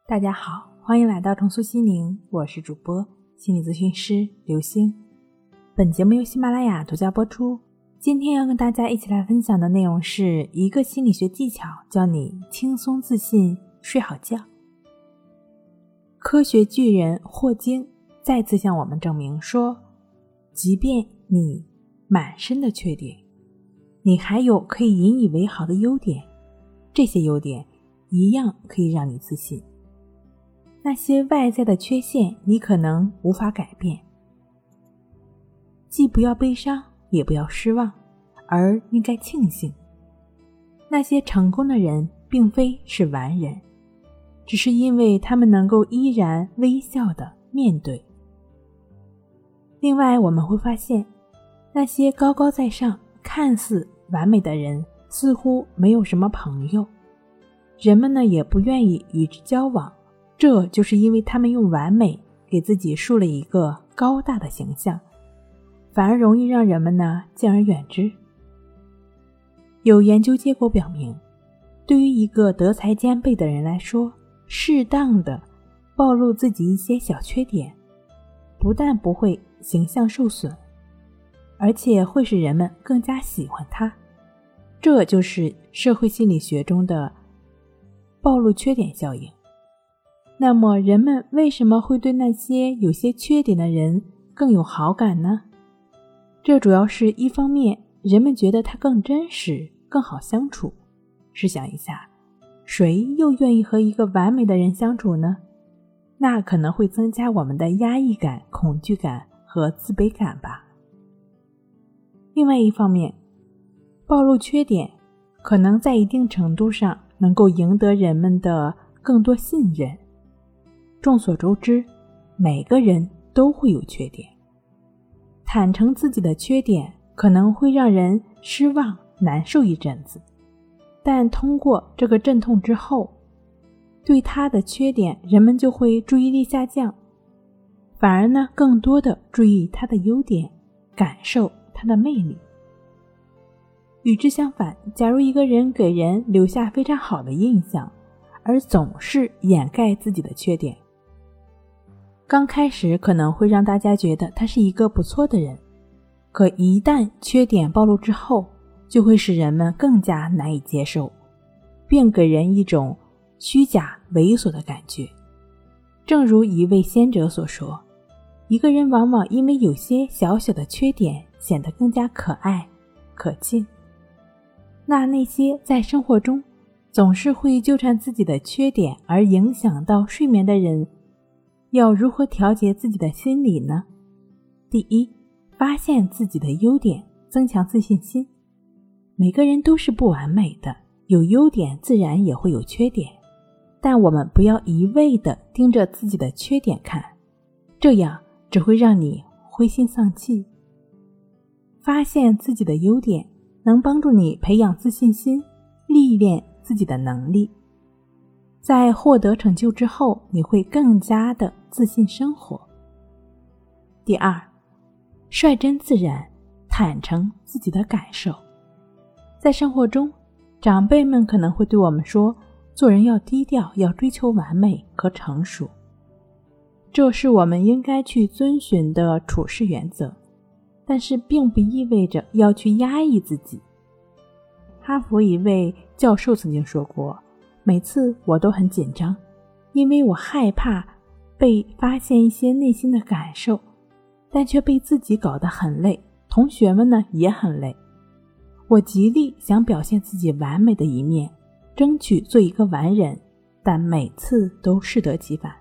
大家好，欢迎来到重塑心灵，我是主播心理咨询师刘星。本节目由喜马拉雅独家播出。今天要跟大家一起来分享的内容是一个心理学技巧，教你轻松自信睡好觉。科学巨人霍金再次向我们证明说，即便你满身的缺点，你还有可以引以为豪的优点，这些优点一样可以让你自信。那些外在的缺陷你可能无法改变，既不要悲伤也不要失望，而应该庆幸。那些成功的人并非是完人，只是因为他们能够依然微笑地面对。另外我们会发现，那些高高在上看似完美的人似乎没有什么朋友，人们呢也不愿意与之交往，这就是因为他们用完美给自己树了一个高大的形象，反而容易让人们呢敬而远之。有研究结果表明，对于一个德才兼备的人来说，适当的暴露自己一些小缺点，不但不会形象受损，而且会使人们更加喜欢他。这就是社会心理学中的暴露缺点效应。那么人们为什么会对那些有些缺点的人更有好感呢？这主要是一方面，人们觉得他更真实，更好相处。试想一下，谁又愿意和一个完美的人相处呢？那可能会增加我们的压抑感、恐惧感和自卑感吧。另外一方面，暴露缺点可能在一定程度上能够赢得人们的更多信任。众所周知，每个人都会有缺点，坦诚自己的缺点可能会让人失望难受一阵子，但通过这个阵痛之后，对他的缺点人们就会注意力下降，反而呢更多的注意他的优点，感受他的魅力。与之相反，假如一个人给人留下非常好的印象，而总是掩盖自己的缺点，刚开始可能会让大家觉得他是一个不错的人，可一旦缺点暴露之后，就会使人们更加难以接受，并给人一种虚假猥琐的感觉。正如一位先哲所说，一个人往往因为有些小小的缺点显得更加可爱可敬。那些在生活中总是会纠缠自己的缺点而影响到睡眠的人，要如何调节自己的心理呢？第一，发现自己的优点，增强自信心。每个人都是不完美的，有优点自然也会有缺点，但我们不要一味地盯着自己的缺点看，这样只会让你灰心丧气。发现自己的优点能帮助你培养自信心，历练自己的能力。在获得成就之后，你会更加的自信生活。第二，率真自然，坦诚自己的感受。在生活中，长辈们可能会对我们说，做人要低调，要追求完美和成熟。这是我们应该去遵循的处事原则，但是并不意味着要去压抑自己。哈佛一位教授曾经说过，每次我都很紧张，因为我害怕被发现一些内心的感受，但却被自己搞得很累，同学们呢也很累。我极力想表现自己完美的一面，争取做一个完人，但每次都适得其反。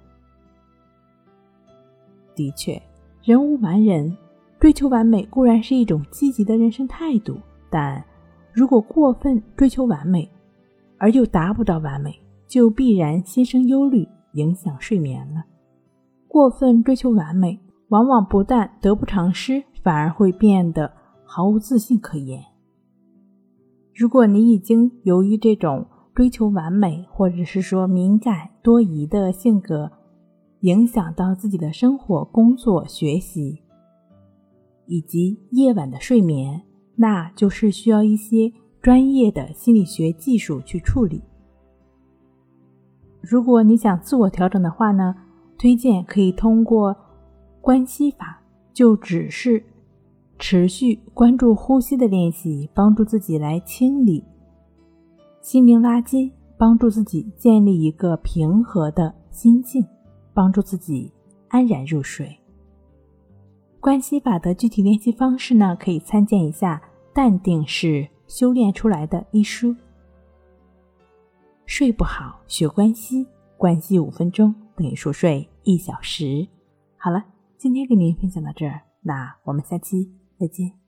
的确，人无完人，追求完美固然是一种积极的人生态度，但如果过分追求完美，而又达不到完美，就必然心生忧虑，影响睡眠了。过分追求完美，往往不但得不偿失，反而会变得毫无自信可言。如果你已经由于这种追求完美，或者是说敏感多疑的性格，影响到自己的生活、工作、学习，以及夜晚的睡眠，那就是需要一些专业的心理学技术去处理。 如果你想自我调整的话呢，推荐可以通过关系法，就只是持续关注呼吸的练习，帮助自己来清理心灵垃圾，帮助自己建立一个平和的心境，帮助自己安然入睡。关系法的具体练习方式呢，可以参见一下《淡定是修炼出来的》一书。睡不好学关系，关系5分钟等于熟睡1小时。好了，今天跟您分享到这儿，那我们下期再见。